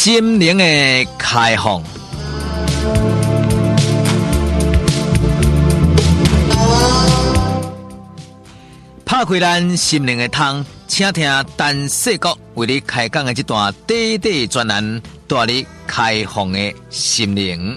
心灵的开放。拍开咱心灵的窗，请听陈世国为你开讲的这段短短专栏，带你开放的心灵。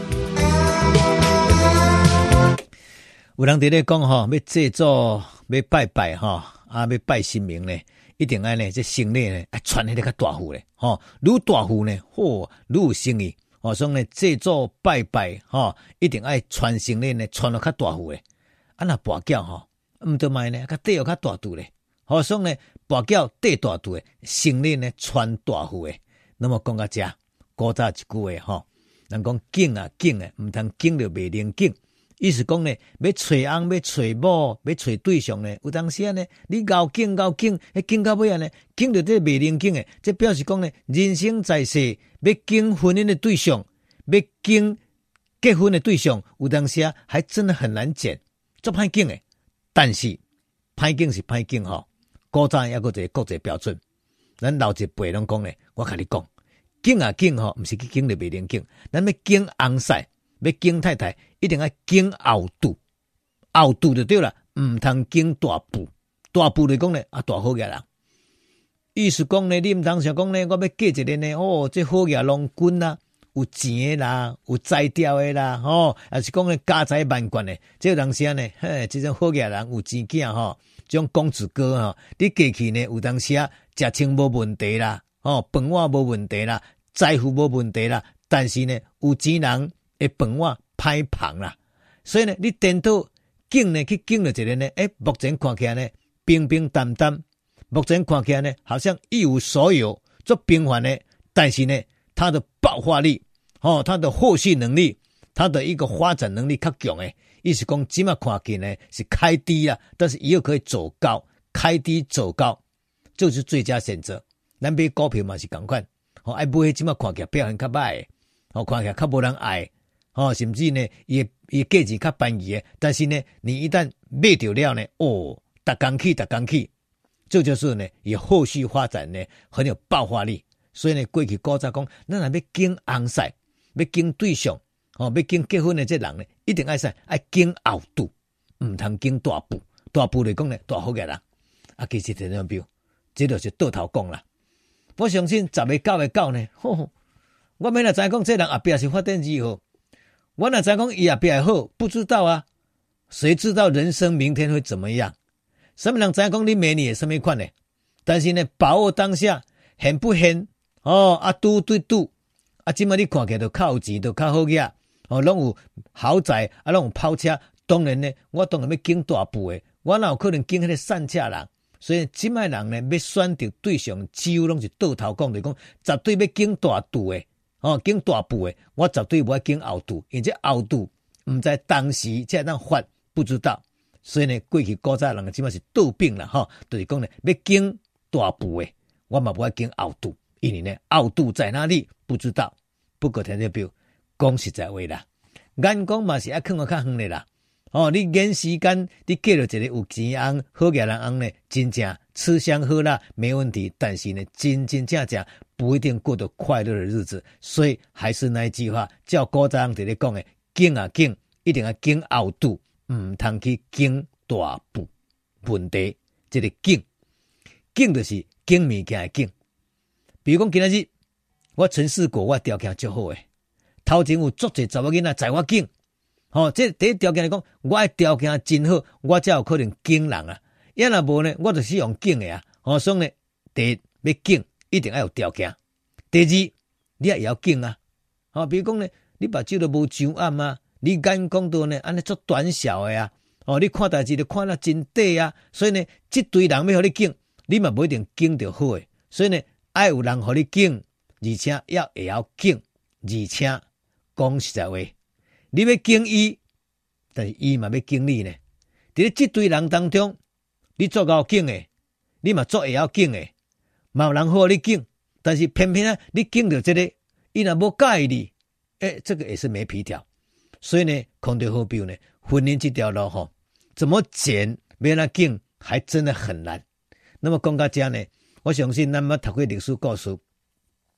有人伫咧讲吼，要制作、要拜拜吼，要拜神明咧，一定爱呢，这生意呢，爱传迄个较大户咧，吼，愈大户呢，愈有生意。所以呢，制作拜拜吼，一定爱传生意呢，传到较大户咧。若跋筊吼。毋得卖呢，甲底有较大度咧，所以呢，跋筊底大度诶，生意呢传大户诶。那么讲到这，古早一句话吼，人讲敬啊敬诶，毋通敬着袂灵敬。意思讲呢，要找翁，要找某，要找对象呢，有当时呢，你熬敬，迄敬到尾啊呢，敬着这袂灵敬诶，这表示讲呢，人生在世要敬婚姻的对象，要敬结婚的对象，有当时啊，还真的很难拣，足歹敬诶。但是歹敬是歹敬吼，古早还有一个国际标准。咱老一辈拢讲咧，我甲你讲，敬啊敬吼，毋是去敬着袂灵敬，咱要敬翁婿，要敬太太，一定要敬后度，后度就对啦，毋通敬大父。大父来讲咧，大好嘢人。意思讲咧，你毋通想讲咧，我要嫁一个呢，这好嘢郎君啦。有钱的啦，有才调的啦，还是讲咧家财万贯的，这当时呢，这种好嘢人有钱囝吼，这种公子哥吼，你过去呢有当时啊，食穿无问题啦，饭碗无问题啦，财富无问题啦，但是呢，有钱人的饭碗歹芳啦，所以呢，你颠倒敬呢去敬了一个呢，目前看起来呢，平平淡淡，目前看起来呢，好像一无所有，做平凡的，但是呢。他的爆发力，他的后续能力，他的一个发展能力较强诶。意思讲，即马看起呢是开低啦，但是以后可以走高，开低走高，就是最佳选择。咱买股票嘛是同款，爱买即马看起表现较歹诶，看起较无人爱，甚至呢也价钱较便宜诶。但是呢，你一旦买掉了呢，逐工起，这就是呢，以后续发展呢很有爆发力。所以呢，过去古早讲，咱若要敬翁婿，要敬对象，要敬结婚的这人呢，一定爱敬后度，毋通敬大父。大父来讲呢，大好嘅人。其实听众朋友，这就是倒头讲啦。我相信10月9月9呢，我免若知讲这人后壁是发展如何，我若知讲伊后壁会好，不知道啊。谁知道人生明天会怎么样？什么人知讲你明年什么款呢？但是呢，把握当下，现不现？拄对拄，即摆你看起来都较有钱，都较好嘢，拢有豪宅，拢有跑车。当然呢，我当然要敬大父诶，我哪有可能敬迄个善车人？所以即摆人呢，要选择对象，只有拢是倒头讲，就讲绝对要敬大度诶，敬大父诶，我绝对不爱敬后度，因为这后度毋知当时才当发不知道。所以呢，过去古早人即摆是倒病啦，就是讲呢，要敬大父诶，我嘛不爱敬后度。因为呢，后度在哪里不知道。不过听众朋友讲实在话啦，眼光嘛是爱看较远的啦。你延时间，你嫁了一个有钱翁、好嘅人翁呢，真正吃香喝辣没问题。但是呢，真正不一定过得快乐的日子。所以还是那一句话，叫古早人在咧讲的，敬啊敬，一定要敬后度，唔通去敬大父。问题这个敬就是敬物件的敬。比如讲今仔日，我陈世国我条件足好诶，头前有足侪查某囡仔知我敬，这第一条件来讲，我诶条件真好，我才有可能敬人啊。要若无呢，我就是用敬诶啊。所以呢，第一要敬，一定要有条件；第二，你也要敬啊。比如讲呢，你目睭都无上暗啊，你眼光都呢安尼足短小诶啊。你看代志就看得真短啊。所以呢，这堆人要互你敬，你嘛不一定敬着好诶。所以呢。爱有人互你敬，而且会晓敬，而且讲实在话，你要敬伊，但是伊嘛要敬你呢。伫咧这堆人当中，你做够敬诶，你嘛做会晓敬诶，嘛有人好你敬，但是偏偏你敬着这个，伊若无介意你，这个也是没皮条。所以呢，空对好比呢，婚姻这条路怎么剪，要那敬，还真的很难。那么讲到这呢？我相信咱们读过历史故事，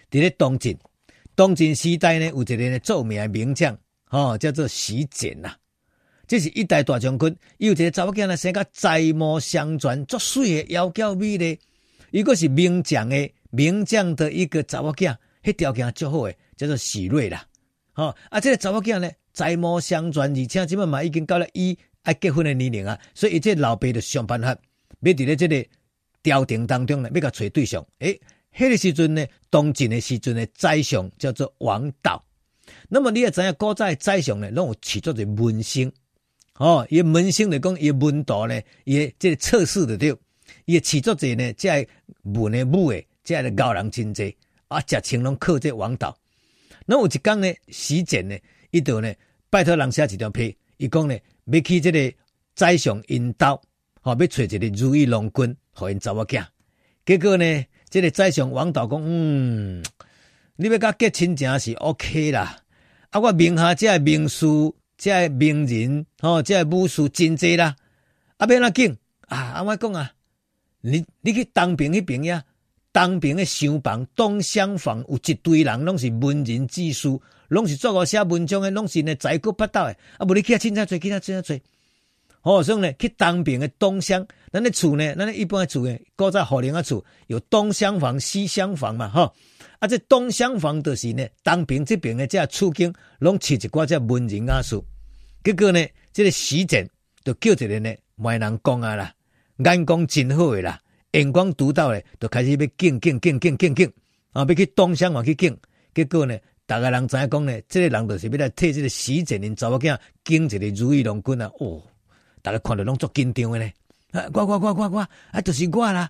伫咧东晋时代呢，有一个呢著名的名将，叫做徐简呐。这是一代大将军，伊有一个查某囝呢，生甲才貌双全，足水的，窈窕美丽。伊个是名将的一个查某囝，迄条件足好诶，叫做许瑞啦。这个查某囝呢，才貌双全，而且即摆嘛已经到了伊爱结婚的年龄啊，所以这老爸就想办法，要伫咧这个朝廷当中呢，要甲找对象。迄个时阵呢，东晋的时阵的宰相叫做王导。那么你也知影，古早的宰相呢，拢有取作者门生。伊门生来讲，伊门道呢，伊这个测试的对，伊取作者呢，这文的武的，这个高人真济啊，食青拢靠这王导。那有一天呢，徐简呢，伊就呢拜托人写一条批，伊讲呢要去这个宰相因兜，要找一个如意郎君，互因查某囝。结果呢，这个宰相王导讲，你要甲结亲情是 OK 啦，我名下这名士，这名人，这武士真济啦，要怎紧安怎讲啊？你去东平迄边呀？东平的厢房、东厢房有一堆人，拢是文人志士，拢是作写文章的，拢是呢才国八道的。无你去凊彩做，所以呢，去东平的东厢，咱的厝呢，咱一般的厝呢，古早户人的厝有东厢房、西厢房嘛，这东厢房就是呢，东平这边的这厝境，拢饲一寡这文人雅士。结果呢，这个徐简就叫一个呢卖人讲啦，眼光真好的啦。眼光独到咧，就开始要敬，要去东厢房去敬。结果呢，大家人知影讲呢，这个人就是要来替这个徐简因查某囝敬一个如意郎君啊！大家看到拢足紧张的呢。我，就是我啦，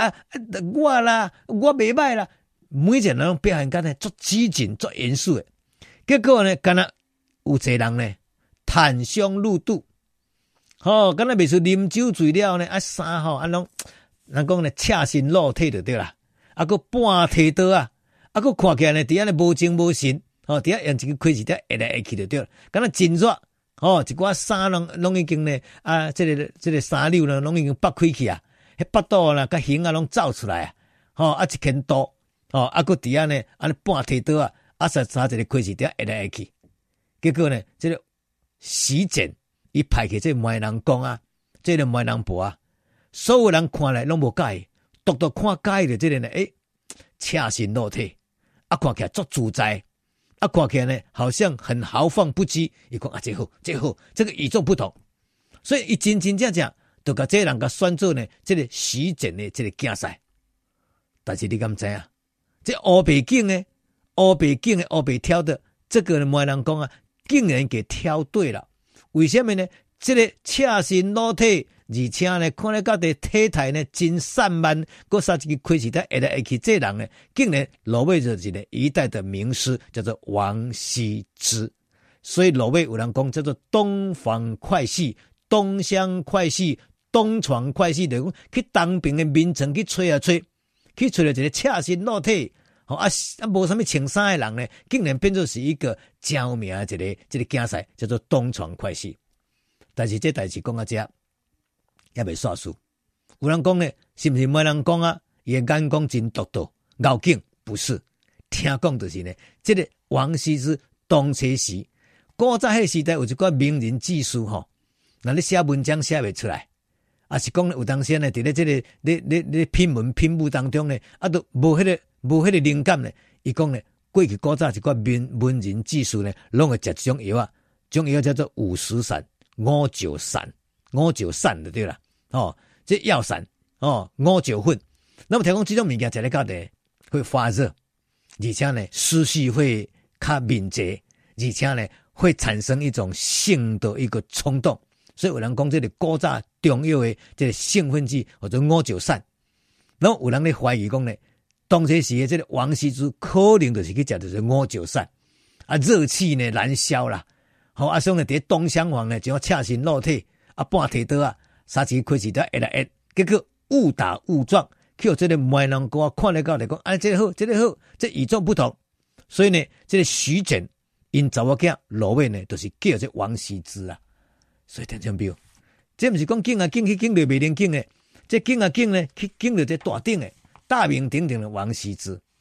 我袂歹啦。每一个人拢表现得呢足激进、足严肃的。结果呢，敢若有一个人呢，袒胸露肚，敢若袂是啉酒醉了呢，衫拢。人讲呢，赤身裸体就对啦，个半剃刀个看起来呢，底下呢无精无神，底下用一个开始在下来下去就对了，敢若真热，一寡衫拢已经呢，这个衫紐呢，拢已经拔开去啊，迄巴肚啦，甲形拢走出来啊，一根刀，个底下呢，安尼半剃刀插一个开始在下来下去，结果呢，这个徐简伊派去这卖人讲这个卖人婆所有人看来拢无介意，独独看介意的这个呢，赤身裸体，看起来足自在，看起来呢好像很豪放不羁。伊讲这好，这个与众不同。所以伊真正就甲这人甲选做呢，这个徐简的这个竞赛。但是你敢知啊？这黑白镜的黑白挑的，这个卖人讲竟然给挑对了。为什么呢？这个赤身裸体。而且呢，看咧到的体态呢真散漫，搁杀一个开始在下来下去，这人呢竟然落尾就是呢一代的名师，叫做王羲之。所以落尾有人讲叫做东房快戏、东厢快戏、东床快戏，就讲去东平的名城去吹，去吹了一个赤身裸体，无啥物穿衫的人呢，竟然变作是一个著名的这个竞赛，叫做东床快戏。但是这代志讲到这。也未煞数，有人讲呢，是不是没人讲伊的眼光真独到，咬劲不是？听讲就是呢，这个王羲之东车时，古早迄时代有一寡名人志士那你写文章写袂出来，是讲有当时呢，伫咧这个你拼文拼武当中呢，都无迄个灵感呢。伊讲呢，过去古早一寡文人志士呢，拢会食一种药种药叫做五石散、五九散就对了。这药散五九混，那么听讲这种物件食咧到底会发热，而且呢思绪会较敏捷，而且呢会产生一种性的一个冲动，所以有人讲这个古早中药的这个兴奋剂或者五九散，然后有人咧怀疑讲呢，当时时的这个王羲之可能就是去食就是五九散，热气呢燃烧啦，所以呢伫东厢房呢就赤身裸体半剃刀杀起开始在下来下，结果误打误撞，去这个卖人哥看了到来讲，这个好，这与众不同。所以呢，这个徐简因查某囝落尾呢，就是叫这王羲之啊。所以听众朋友，这不是讲敬去敬就袂灵敬的，这敬呢去敬到这大顶的大名鼎鼎的王羲之，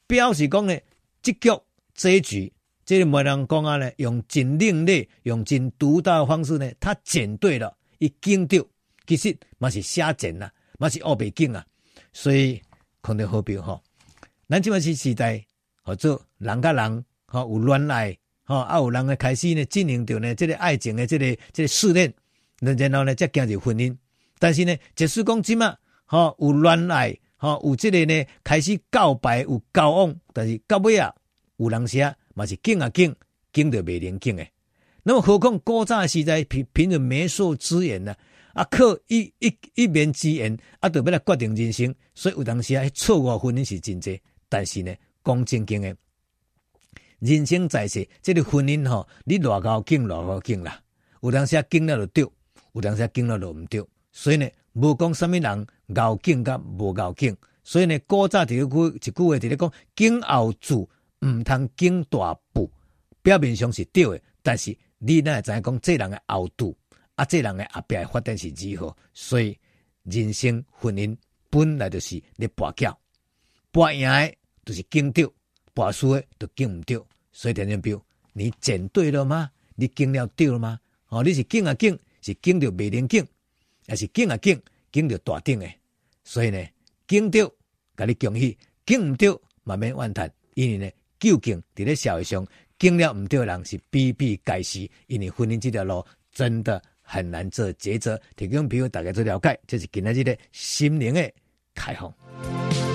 表示讲呢，这局这局，这个媒人讲啊呢，用真另类、用真独到的方式呢，他剪对了，伊警着，其实嘛是瞎剪啦，嘛是黑白警啊，所以可能好比吼，咱即摆是时代，或者人甲人吼有恋爱，吼啊有人呢开始呢进行着呢这个爱情的这个试炼，然后呢再进入婚姻，但是呢，即使讲即马吼有恋爱。有这个呢，开始告白有交往，但是到尾啊，有人时啊，嘛是敬啊敬，敬着袂灵敬诶。那么何况古早时代凭着媒妁之言呢，啊靠一面之言，啊就要来决定人生，所以有当时啊，错误婚姻是真济。但是呢，讲正经诶，人生在世，这个婚姻吼，你偌高敬啦，有当时啊敬了就对，有当时啊敬了就毋对，所以呢。无讲什么人熬敬甲无熬敬，所以呢，古早一句话伫咧讲，敬后主毋通敬大父，表面上是对的，但是你哪会知影讲这人的后度，啊，这人的后壁的发展是如何？所以人生婚姻本来就是咧搏缴，搏赢的就是敬对，搏输的就敬毋对。所以田中彪，你剪对了吗？你敬了对了吗？哦，你是敬啊敬，是敬着袂灵敬。也是敬啊敬，敬着大顶诶，所以呢，敬着，甲你恭喜；敬唔着，慢慢怨叹。因为呢，究竟伫咧社会上，敬了唔对的人是比比皆是。因为婚姻这条路真的很难做抉择。提供朋友大家做了解，这是今仔日的心灵的开放。